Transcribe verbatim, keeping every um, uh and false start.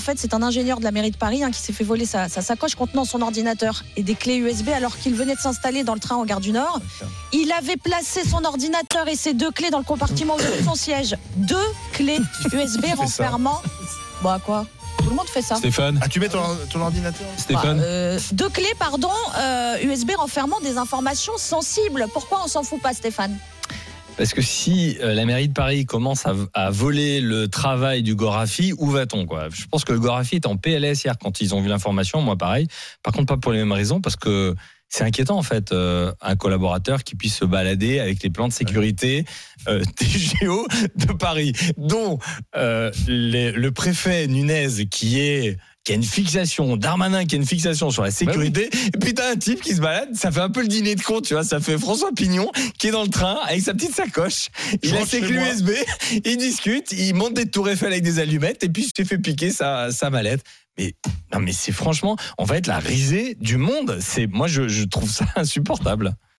fait, c'est un ingénieur de la mairie de Paris hein, qui s'est fait voler sa, sa sacoche contenant son ordinateur et des clés U S B alors qu'il venait de s'installer dans le train en gare du Nord. Il avait placé son ordinateur et ses deux clés dans le compartiment de son siège. Deux clés U S B renfermant... Bah quoi ? Tout le monde fait ça. Stéphane. Ah, tu mets ton, ton ordinateur Stéphane. Bah, euh, deux clés, pardon, euh, U S B renfermant des informations sensibles. Pourquoi on s'en fout pas, Stéphane ? Parce que si euh, la mairie de Paris commence à, à voler le travail du Gorafi, où va-t-on quoi ? Je pense que le Gorafi est en P L S hier quand ils ont vu l'information, moi pareil. Par contre, pas pour les mêmes raisons, parce que c'est inquiétant en fait, euh, un collaborateur qui puisse se balader avec les plans de sécurité euh, des Géo de Paris, dont euh, les, le préfet Nunez qui est... qui a une fixation, Darmanin qui a une fixation sur la sécurité, bah oui. Et puis t'as un type qui se balade, ça fait un peu le dîner de con, tu vois, ça fait François Pignon qui est dans le train avec sa petite sacoche, il a ses clés U S B, il discute, il monte des tours Eiffel avec des allumettes et puis il s'est fait piquer sa, sa mallette. Mais non mais c'est franchement, on va être la risée du monde, c'est, moi je, je trouve ça insupportable.